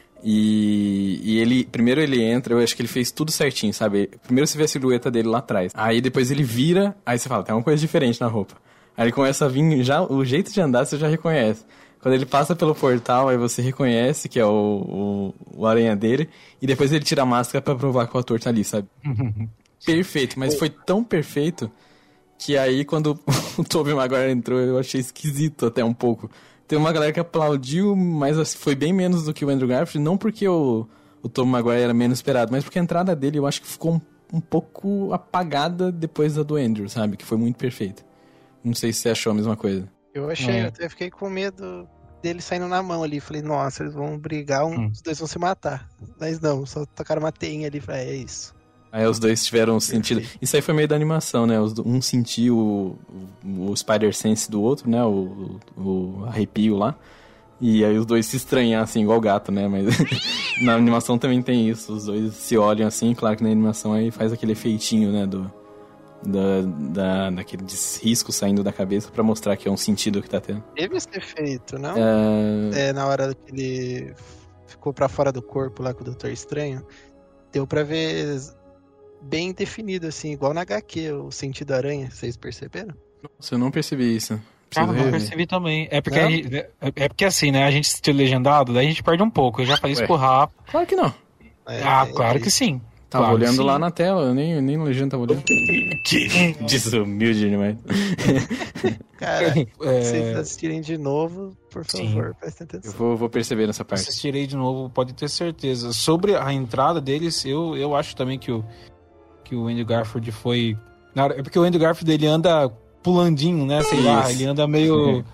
Speaker 7: E, e ele, primeiro ele entra, eu acho que ele fez tudo certinho, sabe? Primeiro você vê a silhueta dele lá atrás. Aí depois ele vira, aí você fala, tem uma coisa diferente na roupa. Aí ele começa a vir, já, o jeito de andar você já reconhece. Quando ele passa pelo portal, aí você reconhece que é o, o, o aranha dele. E depois ele tira a máscara pra provar que o ator tá ali, sabe? Perfeito, mas foi tão perfeito... Que aí, quando o Tobey Maguire entrou, eu achei esquisito até um pouco. Tem uma galera que aplaudiu, mas foi bem menos do que o Andrew Garfield. Não porque o, o Tobey Maguire era menos esperado, mas porque a entrada dele eu acho que ficou um, um pouco apagada depois da do Andrew, sabe? Que foi muito perfeita. Não sei se você achou a mesma coisa.
Speaker 8: Eu achei, é. eu até fiquei com medo dele saindo na mão ali. Falei, nossa, eles vão brigar, um, hum. os dois vão se matar. Mas não, só tocaram uma teinha ali. Falei, é isso.
Speaker 7: Aí os dois tiveram sentido. Isso aí foi meio da animação, né? Um sentiu o, o, o Spider-Sense do outro, né? O, o, o arrepio lá. E aí os dois se estranham, assim, igual gato, né? Mas na animação também tem isso. Os dois se olham assim, claro que na animação aí faz aquele efeitinho, né? Do, da, da, daquele risco saindo da cabeça pra mostrar que é um sentido que tá tendo.
Speaker 8: Teve esse efeito, não?
Speaker 7: É...
Speaker 8: é na hora que ele ficou pra fora do corpo lá com o Doutor Estranho, deu pra ver... bem definido, assim, igual na agá quê, o sentido aranha, vocês perceberam?
Speaker 7: Nossa, eu não percebi isso.
Speaker 5: Ah, não percebi também. É porque, gente, é, é porque assim, né, a gente assistiu legendado, daí a gente perde um pouco. Eu já falei isso pro Rafa.
Speaker 7: Claro que não.
Speaker 5: É, ah, é, claro é que sim.
Speaker 7: Tava
Speaker 5: claro
Speaker 7: olhando lá na tela, eu nem, nem no legenda tava olhando. Desumilde demais.
Speaker 8: Cara, é... se vocês assistirem de novo, por favor, sim. Prestem atenção.
Speaker 7: Eu vou, vou perceber nessa parte.
Speaker 5: Assistirei de novo, pode ter certeza. Sobre a entrada deles, eu, eu acho também que o que o Andrew Garfield foi... É porque o Andrew Garfield, ele anda pulandinho, né? Sei Isso. lá, ele anda meio...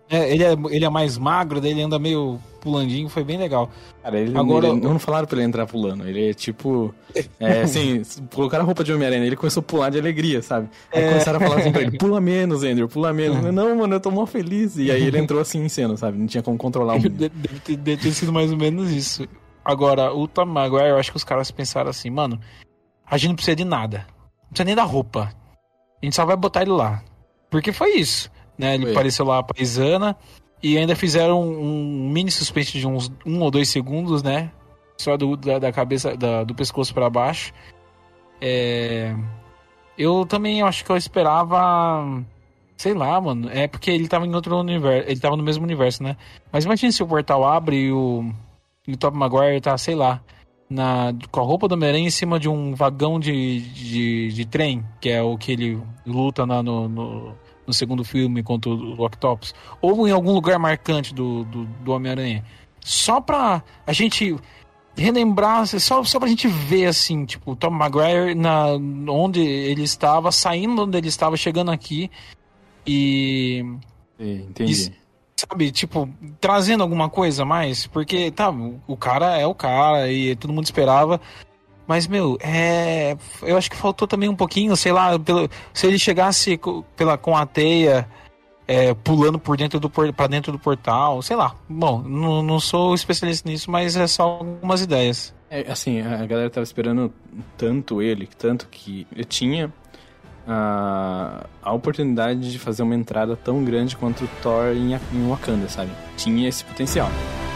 Speaker 5: É, ele, é, ele é mais magro, daí ele anda meio pulandinho, foi bem legal.
Speaker 7: Cara, ele,
Speaker 5: Agora,
Speaker 7: ele não falaram pra ele entrar pulando. Ele é tipo. É, assim, colocaram a roupa de Homem-Aranha, ele começou a pular de alegria, sabe? Aí é... começaram a falar assim pra ele: pula menos, Andrew, pula menos. É. Não, mano, eu tô mó feliz. E aí ele entrou assim em cena, sabe? Não tinha como controlar o mundo.
Speaker 5: Deve ter, deve ter sido mais ou menos isso. Agora, o Tom Maguire, eu acho que os caras pensaram assim: mano, a gente não precisa de nada. Não precisa nem da roupa. A gente só vai botar ele lá. Porque foi isso, né? Ele foi. Apareceu lá paisana. E ainda fizeram um mini suspense de uns um ou dois segundos, né? Só do, da, da cabeça, da, do pescoço pra baixo. É... Eu também acho que eu esperava... Sei lá, mano. É porque ele tava em outro universo. Ele tava no mesmo universo, né? Mas imagina se o portal abre e o, e o Tobey Maguire tá, sei lá, na, com a roupa do Homem-Aranha em cima de um vagão de, de, de trem, que é o que ele luta na, no... no no segundo filme contra o Octopus, ou em algum lugar marcante do, do, do Homem-Aranha, só pra a gente relembrar, só, só pra gente ver assim, tipo, o Tom Maguire na, onde ele estava, saindo onde ele estava, chegando aqui e...
Speaker 7: Entendi.
Speaker 5: E, sabe, tipo, trazendo alguma coisa a mais, porque, tá, o cara é o cara e todo mundo esperava. Mas, meu, é... eu acho que faltou também um pouquinho, sei lá, pelo... se ele chegasse com, pela... com a teia é, pulando por dentro do por... pra dentro do portal, sei lá. Bom, não, não sou especialista nisso, mas é só algumas ideias.
Speaker 7: É, assim, a galera tava esperando tanto ele, tanto que eu tinha a, a oportunidade de fazer uma entrada tão grande quanto o Thor em, em Wakanda, sabe? Tinha esse potencial.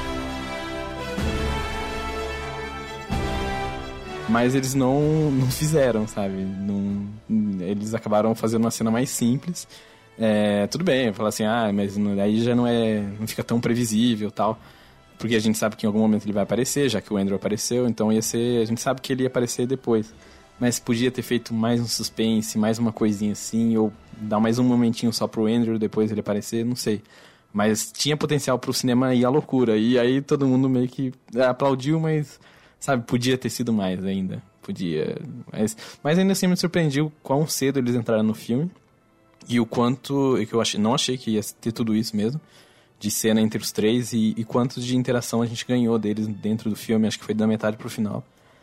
Speaker 7: Mas eles não, não fizeram, sabe? Não, eles acabaram fazendo uma cena mais simples. É, tudo bem, falar assim, ah, mas aí já não é, não fica tão previsível e tal. Porque a gente sabe que em algum momento ele vai aparecer, já que o Andrew apareceu, então ia ser, a gente sabe que ele ia aparecer depois. Mas podia ter feito mais um suspense, mais uma coisinha assim, ou dar mais um momentinho só pro Andrew, depois ele aparecer, não sei. Mas tinha potencial pro cinema ir à loucura. E aí todo mundo meio que aplaudiu, mas... Sabe, podia ter sido mais ainda. Podia. Mas, mas ainda assim me surpreendiu quão cedo eles entraram no filme. E o quanto. E que eu achei, não achei que ia ter tudo isso mesmo. De cena entre os três. E, e quanto de interação a gente ganhou deles dentro do filme. Acho que foi da metade pro final.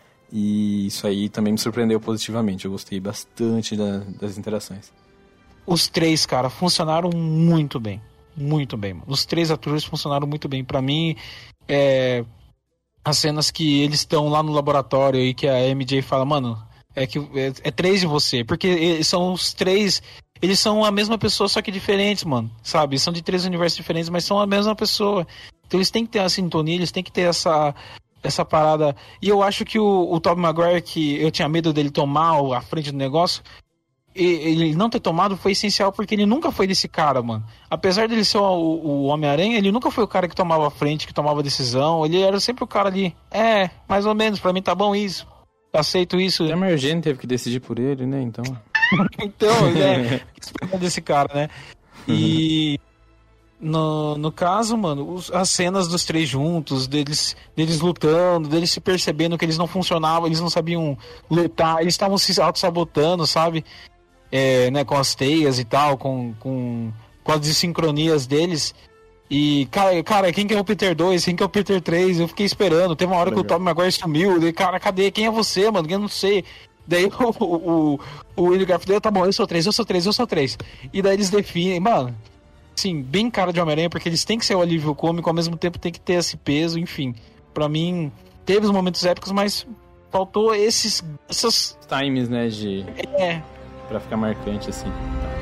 Speaker 7: E isso aí também me surpreendeu positivamente. Eu gostei bastante da, das interações.
Speaker 5: Os três, cara, funcionaram muito bem. Muito bem, mano. Os três atores funcionaram muito bem. Pra mim, é. As cenas que eles estão lá no laboratório e que a M J fala, mano, é que é, é três de você, porque eles são os três, eles são a mesma pessoa, só que diferentes, mano, sabe? São de três universos diferentes, mas são a mesma pessoa. Então eles têm que ter a sintonia, eles têm que ter essa, essa parada. E eu acho que o, o Tobey Maguire, que eu tinha medo dele tomar a frente do negócio, ele não ter tomado foi essencial, porque ele nunca foi desse cara, mano. Apesar dele ser o, o Homem-Aranha, ele nunca foi o cara que tomava a frente, que tomava a decisão. Ele era sempre o cara ali, é, mais ou menos, pra mim tá bom isso, aceito isso.
Speaker 7: A Mary Jane teve que decidir por ele, né, então...
Speaker 5: então, é, desse cara, né. E... No, no caso, mano, os, as cenas dos três juntos, deles, deles lutando, deles se percebendo que eles não funcionavam, eles não sabiam lutar, eles estavam se auto-sabotando, sabe? É, né, com as teias e tal, com, com, com as desincronias deles. E, cara, cara, quem que é o Peter dois? Quem que é o Peter três? Eu fiquei esperando. Teve uma hora Legal. que o Tobey Maguire sumiu. Daí, cara, cadê? Quem é você, mano? Eu não sei. Daí o, o, o Andrew Garfield, tá bom, eu sou três, eu sou três, eu sou três. E daí eles definem, mano, assim, bem cara de Homem-Aranha, porque eles têm que ser o alívio cômico, ao mesmo tempo tem que ter esse peso, enfim. Pra mim, teve os momentos épicos, mas faltou esses... Essas...
Speaker 7: times, né, de...
Speaker 5: É...
Speaker 7: Pra ficar marcante, assim.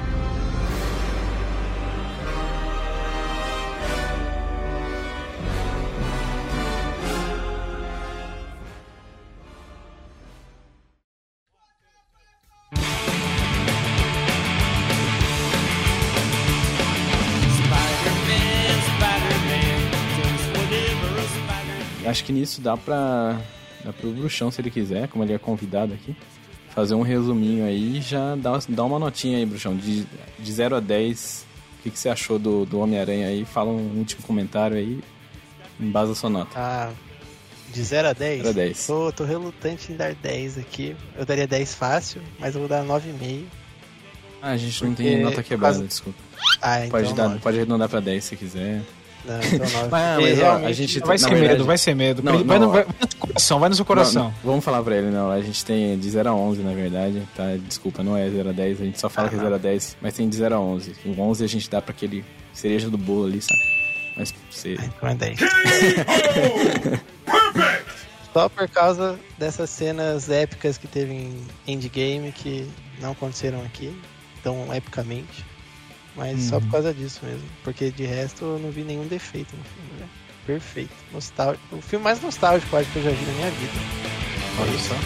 Speaker 7: Acho que nisso dá pra... dá pro Bruxão, se ele quiser, como ele é convidado aqui, fazer um resuminho aí e já dá, dá uma notinha aí, Bruxão, de, de zero a dez, o que, que você achou do, do Homem-Aranha aí? Fala um último comentário aí, embasa a sua nota.
Speaker 8: Ah, de zero a dez?
Speaker 7: zero a dez.
Speaker 8: Tô, tô relutante em dar dez aqui, eu daria dez fácil, mas eu vou dar nove vírgula cinco.
Speaker 7: Ah, a gente não
Speaker 8: Porque
Speaker 7: tem nota quebrada,
Speaker 8: quase-
Speaker 7: desculpa.
Speaker 8: Ah, então
Speaker 7: Pode, dar,
Speaker 8: nove.
Speaker 7: pode arredondar pra dez se quiser.
Speaker 8: Não, então nove.
Speaker 7: Mas,
Speaker 8: Porque
Speaker 7: mas, ó,
Speaker 8: realmente-
Speaker 7: a gente
Speaker 5: Vai
Speaker 7: na
Speaker 5: ser
Speaker 7: verdade-
Speaker 5: medo, vai ser medo.
Speaker 7: Não,
Speaker 5: vai,
Speaker 7: não,
Speaker 5: no, vai, vai no seu coração, vai no seu coração.
Speaker 7: Não, não, vamos falar pra ele, não. A gente tem de zero a onze, na verdade. Tá? Desculpa, não é zero a dez. A gente só fala
Speaker 8: Ah,
Speaker 7: que é zero a dez, mas tem de zero a onze. O onze a gente dá pra aquele cereja do bolo ali, sabe? Mas você...
Speaker 8: Ah, então é dez. Só por causa dessas cenas épicas que teve em Endgame que não aconteceram aqui tão epicamente. Mas só por causa disso mesmo. Porque de resto eu não vi nenhum defeito no filme, né? Perfeito. Nostálgico. O filme mais nostálgico, acho que eu já vi na minha vida.
Speaker 5: Olha só.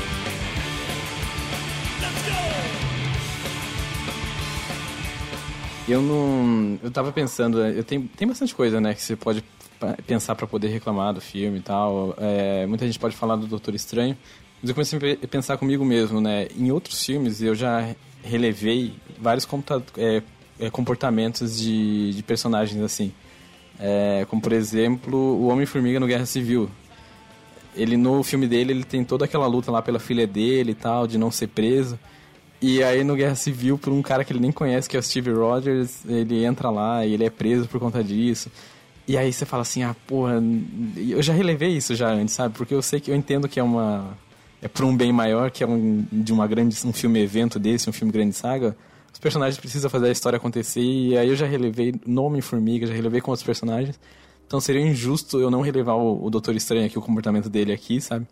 Speaker 7: Eu não... Eu tava pensando... Eu tenho, tem bastante coisa, né? Que você pode pa- pensar pra poder reclamar do filme e tal. É, muita gente pode falar do Doutor Estranho. Mas eu comecei a pe- pensar comigo mesmo, né? Em outros filmes eu já relevei vários computa- é, é, comportamentos de, de personagens, assim. É, como, por exemplo, o Homem-Formiga no Guerra Civil. Ele, no filme dele, ele tem toda aquela luta lá pela filha dele e tal, de não ser preso. E aí, no Guerra Civil, por um cara que ele nem conhece, que é o Steve Rogers, ele entra lá e ele é preso por conta disso. E aí você fala assim, ah, porra, eu já relevei isso já antes, sabe? Porque eu sei que eu entendo que é uma... É por um bem maior, que é um, de uma grande, um filme evento desse, um filme grande saga. Os personagens precisam fazer a história acontecer. E aí eu já relevei no Homem-Formiga, já relevei com outros personagens. Então seria injusto eu não relevar o, o Doutor Estranho aqui, o comportamento dele aqui, sabe?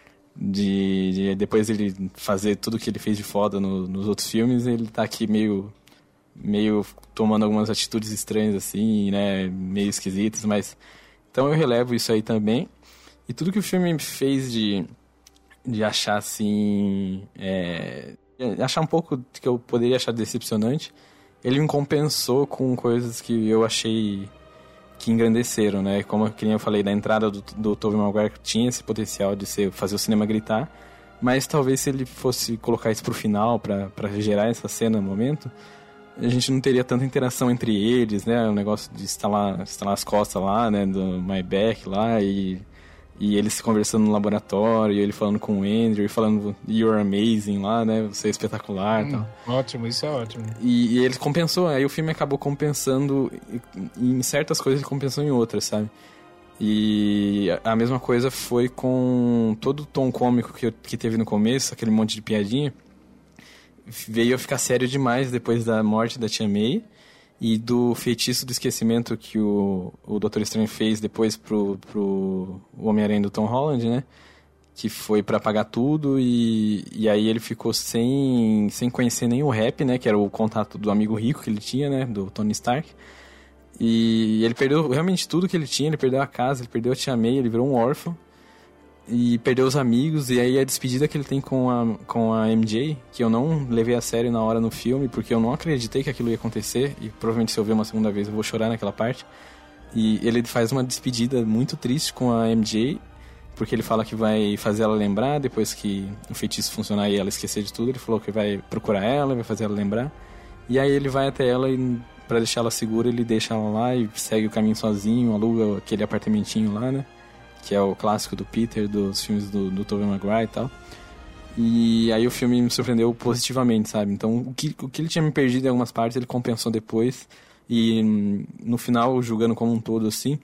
Speaker 7: De, de depois ele fazer tudo que ele fez de foda no, nos outros filmes, ele tá aqui meio meio tomando algumas atitudes estranhas assim, né, meio esquisitas, mas então eu relevo isso aí também. E tudo que o filme fez de de achar assim, é, achar um pouco que eu poderia achar decepcionante, ele me compensou com coisas que eu achei que engrandeceram, né? Como que nem eu falei, da entrada do, do Tobey Maguire tinha esse potencial de ser, fazer o cinema gritar, mas talvez se ele fosse colocar isso pro final, pra, pra gerar essa cena no momento, a gente não teria tanta interação entre eles, né? O negócio de estalar, estalar as costas lá, né? Do My Back lá e... E eles conversando no laboratório, e ele falando com o Andrew, e falando You're amazing lá, né? Você é espetacular e
Speaker 5: Hum,
Speaker 7: tal.
Speaker 5: ótimo, isso é ótimo.
Speaker 7: E, e ele compensou, aí o filme acabou compensando em certas coisas, ele compensou em outras, sabe? E a mesma coisa foi com todo o tom cômico que, que teve no começo, aquele monte de piadinha, veio a ficar sério demais depois da morte da Tia May e do feitiço do esquecimento que o, o doutor Estranho fez depois pro, pro Homem-Aranha do Tom Holland, né? Que foi pra apagar tudo e, e aí ele ficou sem, sem conhecer nem o rap, né? Que era o contato do amigo rico que ele tinha, né? Do Tony Stark. E ele perdeu realmente tudo que ele tinha, ele perdeu a casa, ele perdeu a Tia May, ele virou um órfão. E perdeu os amigos, e aí a despedida que ele tem com a, com a M J, que eu não levei a sério na hora no filme, porque eu não acreditei que aquilo ia acontecer, e provavelmente se eu ver uma segunda vez eu vou chorar naquela parte. E ele faz uma despedida muito triste com a M J, porque ele fala que vai fazer ela lembrar, depois que o feitiço funcionar e ela esquecer de tudo, ele falou que vai procurar ela, vai fazer ela lembrar. E aí ele vai até ela e, pra deixar ela segura, ele deixa ela lá e segue o caminho sozinho, aluga aquele apartamentinho lá, né? Que é o clássico do Peter, dos filmes do, do Tobey Maguire e tal. E aí o filme me surpreendeu positivamente, sabe? Então, o que, o que ele tinha me perdido em algumas partes, ele compensou depois. E no final, julgando como um todo, assim,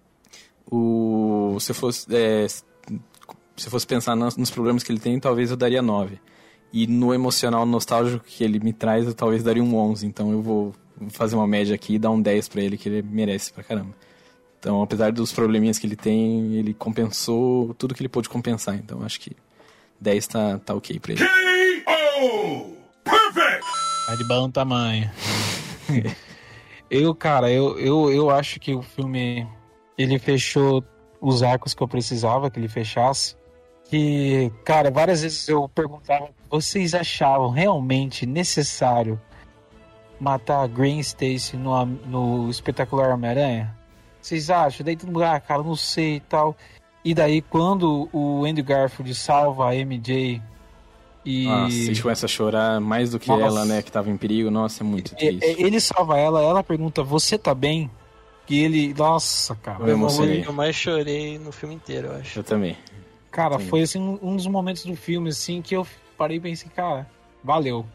Speaker 7: o, se, fosse, é, se fosse pensar nos, nos problemas que ele tem, talvez eu daria nove. E no emocional nostálgico que ele me traz, eu talvez daria um onze. Então eu vou fazer uma média aqui e dar um dez pra ele, que ele merece pra caramba. Então, apesar dos probleminhas que ele tem, ele compensou tudo que ele pôde compensar. Então, acho que dez tá, tá ok pra ele.
Speaker 2: K O Perfect!
Speaker 5: Tá de bom tamanho. eu, cara, eu, eu, eu acho que o filme, ele fechou os arcos que eu precisava que ele fechasse. Que, cara, várias vezes eu perguntava, vocês achavam realmente necessário matar a Gwen Stacy no, no Espetacular Homem-Aranha? Vocês acham? Daí todo mundo, ah, cara, não sei e tal. E daí quando o Andrew Garfield salva a M J e...
Speaker 7: Nossa, a gente começa a chorar mais do que
Speaker 5: Nossa.
Speaker 7: ela, né, que tava em perigo. Nossa, é muito triste.
Speaker 5: Ele salva ela, ela pergunta, você tá bem? E ele, nossa, cara.
Speaker 7: Eu emocionei.
Speaker 8: Eu mais chorei no filme inteiro, eu acho.
Speaker 7: Eu também.
Speaker 5: Cara,
Speaker 7: Sim.
Speaker 5: foi assim, um dos momentos do filme assim que eu parei e pensei, cara, valeu.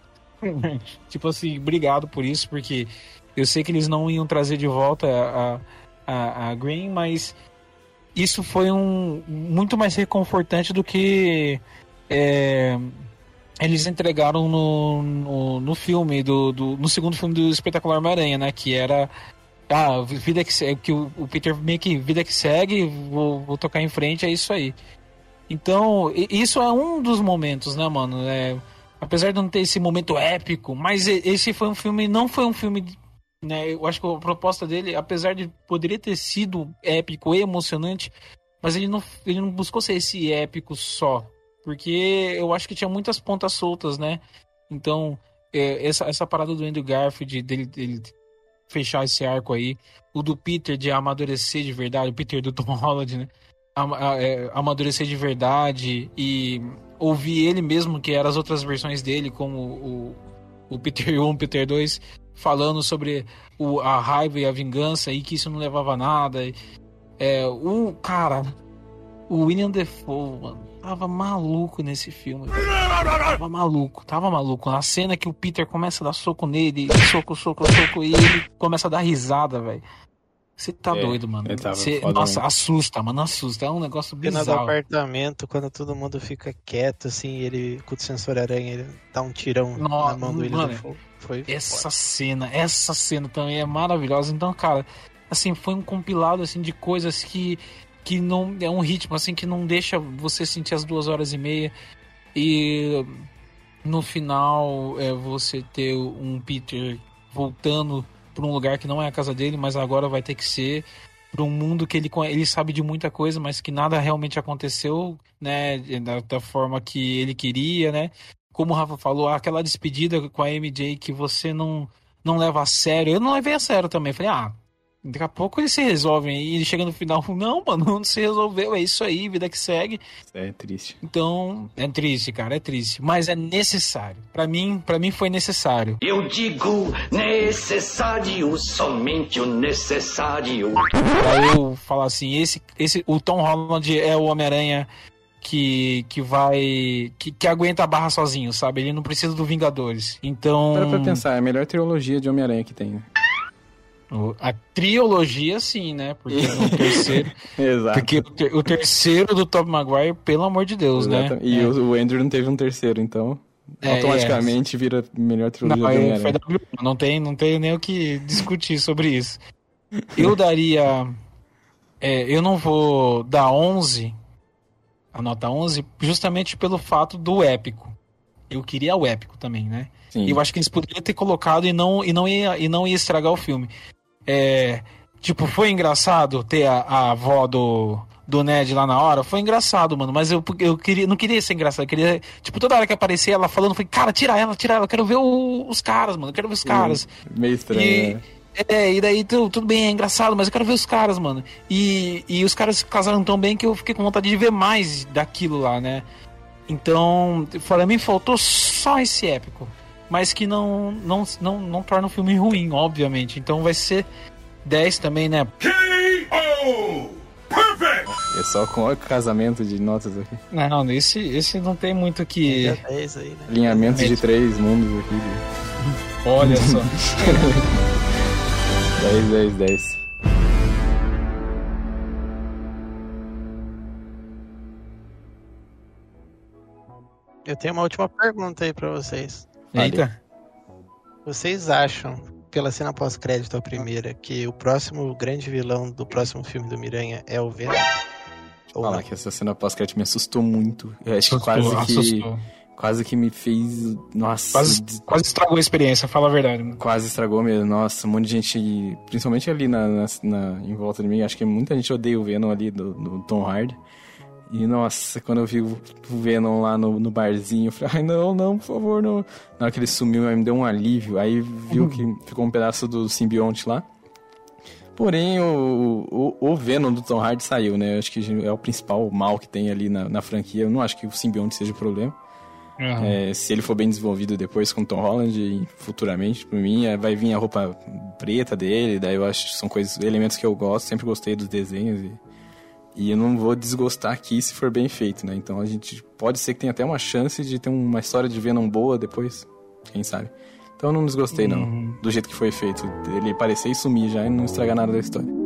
Speaker 5: Tipo assim, obrigado por isso, porque eu sei que eles não iam trazer de volta a, a, a Green, mas isso foi um muito mais reconfortante do que é, eles entregaram no, no, no filme, do, do, no segundo filme do Espetacular Homem-Aranha, né? Que era ah, vida que segue, que o, o Peter meio que vida que segue, vou, vou tocar em frente, é isso aí. Então, isso é um dos momentos, né, mano? É, apesar de não ter esse momento épico, mas esse foi um filme, não foi um filme, né? Eu acho que a proposta dele, apesar de poderia ter sido épico e emocionante, mas ele não, ele não buscou ser esse épico só, porque eu acho que tinha muitas pontas soltas, né? Então, é, essa, essa parada do Andrew Garfield, dele, dele fechar esse arco aí, o do Peter de amadurecer de verdade, o Peter do Tom Holland, né? Amadurecer de verdade e ouvir ele mesmo, que eram as outras versões dele, como o, o Peter um, Peter dois, falando sobre o, a raiva e a vingança e que isso não levava a nada. É, o cara, o William Dafoe, mano, tava maluco nesse filme, velho. Tava maluco, tava maluco. Na cena que o Peter começa a dar soco nele, soco, soco, soco, e ele começa a dar risada, velho. Você tá é, doido, mano. Cê, nossa, mesmo. assusta, mano, assusta. É um negócio bizarro.
Speaker 8: Cena do apartamento, quando todo mundo fica quieto, assim, ele com o sensor aranha, ele dá um tirão no, na mão do William Dafoe. Foi
Speaker 5: essa
Speaker 8: forte.
Speaker 5: cena, essa cena também é maravilhosa. Então, cara, assim, foi um compilado, assim, de coisas que, que não... É um ritmo, assim, que não deixa você sentir as duas horas e meia. E no final, é, você ter um Peter voltando para um lugar que não é a casa dele, mas agora vai ter que ser, para um mundo que ele, ele sabe de muita coisa, mas que nada realmente aconteceu, né, da, da forma que ele queria, né? Como o Rafa falou, aquela despedida com a M J que você não, não leva a sério. Eu não levei a sério também. Falei, ah, daqui a pouco eles se resolvem. E ele chega no final, não, mano, não se resolveu, é isso aí, vida que segue.
Speaker 7: É triste.
Speaker 5: Então, é triste, cara, é triste. Mas é necessário. Pra mim, pra mim foi necessário.
Speaker 10: Eu digo necessário, somente o necessário.
Speaker 5: Pra eu falar assim, esse, esse, o Tom Holland é o Homem-Aranha que, que vai... Que, que aguenta a barra sozinho, sabe? Ele não precisa do Vingadores. Então...
Speaker 7: Para pra pensar, é a melhor trilogia de Homem-Aranha que tem, né?
Speaker 5: A trilogia, sim, né? Porque o terceiro.
Speaker 7: Exato.
Speaker 5: Porque o, ter, o terceiro do Tobey Maguire, pelo amor de Deus, Exato. né?
Speaker 7: E
Speaker 5: é.
Speaker 7: o, o Andrew não teve um terceiro, então é, automaticamente é. vira melhor trilogia
Speaker 5: não,
Speaker 7: do Homem-Aranha.
Speaker 5: Não tem, não tem nem o que discutir sobre isso. Eu daria. É, eu não vou dar onze, a nota onze, justamente pelo fato do épico. Eu queria o épico também, né? Sim. Eu acho que eles poderiam ter colocado e não, e não, ia, e não ia estragar o filme. É, tipo, foi engraçado ter a, a avó do, do Ned lá na hora? Foi engraçado, mano. Mas eu, eu queria, não queria ser engraçado. Eu queria, tipo, toda hora que aparecia ela falando, eu falei, cara, tira ela, tira ela. Eu quero ver o, os caras, mano. Eu quero ver os caras.
Speaker 7: Meio estranho,
Speaker 5: e,
Speaker 7: né?
Speaker 5: É, e daí tudo, tudo bem, é engraçado, mas eu quero ver os caras, mano. E, e os caras se casaram tão bem que eu fiquei com vontade de ver mais daquilo lá, né? Então, para mim faltou só esse épico. Mas que não, não, não, não torna o filme ruim, obviamente. Então vai ser dez também, né?
Speaker 2: K O! Perfect!
Speaker 7: É só com o casamento de notas aqui.
Speaker 5: Não, esse, esse não tem muito que...
Speaker 8: É dez aí, né?
Speaker 7: Alinhamento de três mundos aqui.
Speaker 5: Olha só.
Speaker 7: dez, dez, dez.
Speaker 8: Eu tenho uma última pergunta aí pra vocês.
Speaker 5: Eita.
Speaker 8: Vocês acham, pela cena pós-crédito a primeira, que o próximo grande vilão do próximo filme do Miranha é o Venom? Ou
Speaker 7: falar
Speaker 8: não?
Speaker 7: que essa cena pós-crédito me assustou muito. Eu acho que
Speaker 5: Assustou,
Speaker 7: quase que
Speaker 5: assustou.
Speaker 7: quase que me fez, nossa,
Speaker 5: Quase, quase estragou a experiência, fala a verdade.
Speaker 7: quase estragou mesmo. Nossa, um monte de gente, principalmente ali na, na, na- em volta de mim, acho que muita gente odeia o Venom ali do, do Tom Hardy. E nossa, quando eu vi o o Venom lá no, no barzinho, eu falei, ai não, não, por favor, não. Na hora que ele sumiu, aí me deu um alívio. Aí viu que ficou um pedaço do simbionte lá. Porém, o, o, o Venom do Tom Hardy saiu, né? Eu acho que é o principal mal que tem ali na, na franquia. Eu não acho que o simbionte seja o problema.
Speaker 5: Uhum.
Speaker 7: É, se ele for bem desenvolvido depois com o Tom Holland e futuramente, por mim, é, vai vir a roupa preta dele. Daí eu acho que são coisas, elementos que eu gosto. Sempre gostei dos desenhos e... E eu não vou desgostar aqui se for bem feito, né? Então a gente pode ser que tenha até uma chance de ter uma história de Venom boa depois. quem sabe. Então eu não desgostei, não,
Speaker 5: Uhum.
Speaker 7: do jeito que foi feito. Ele aparecer e sumir já e não estragar nada da história.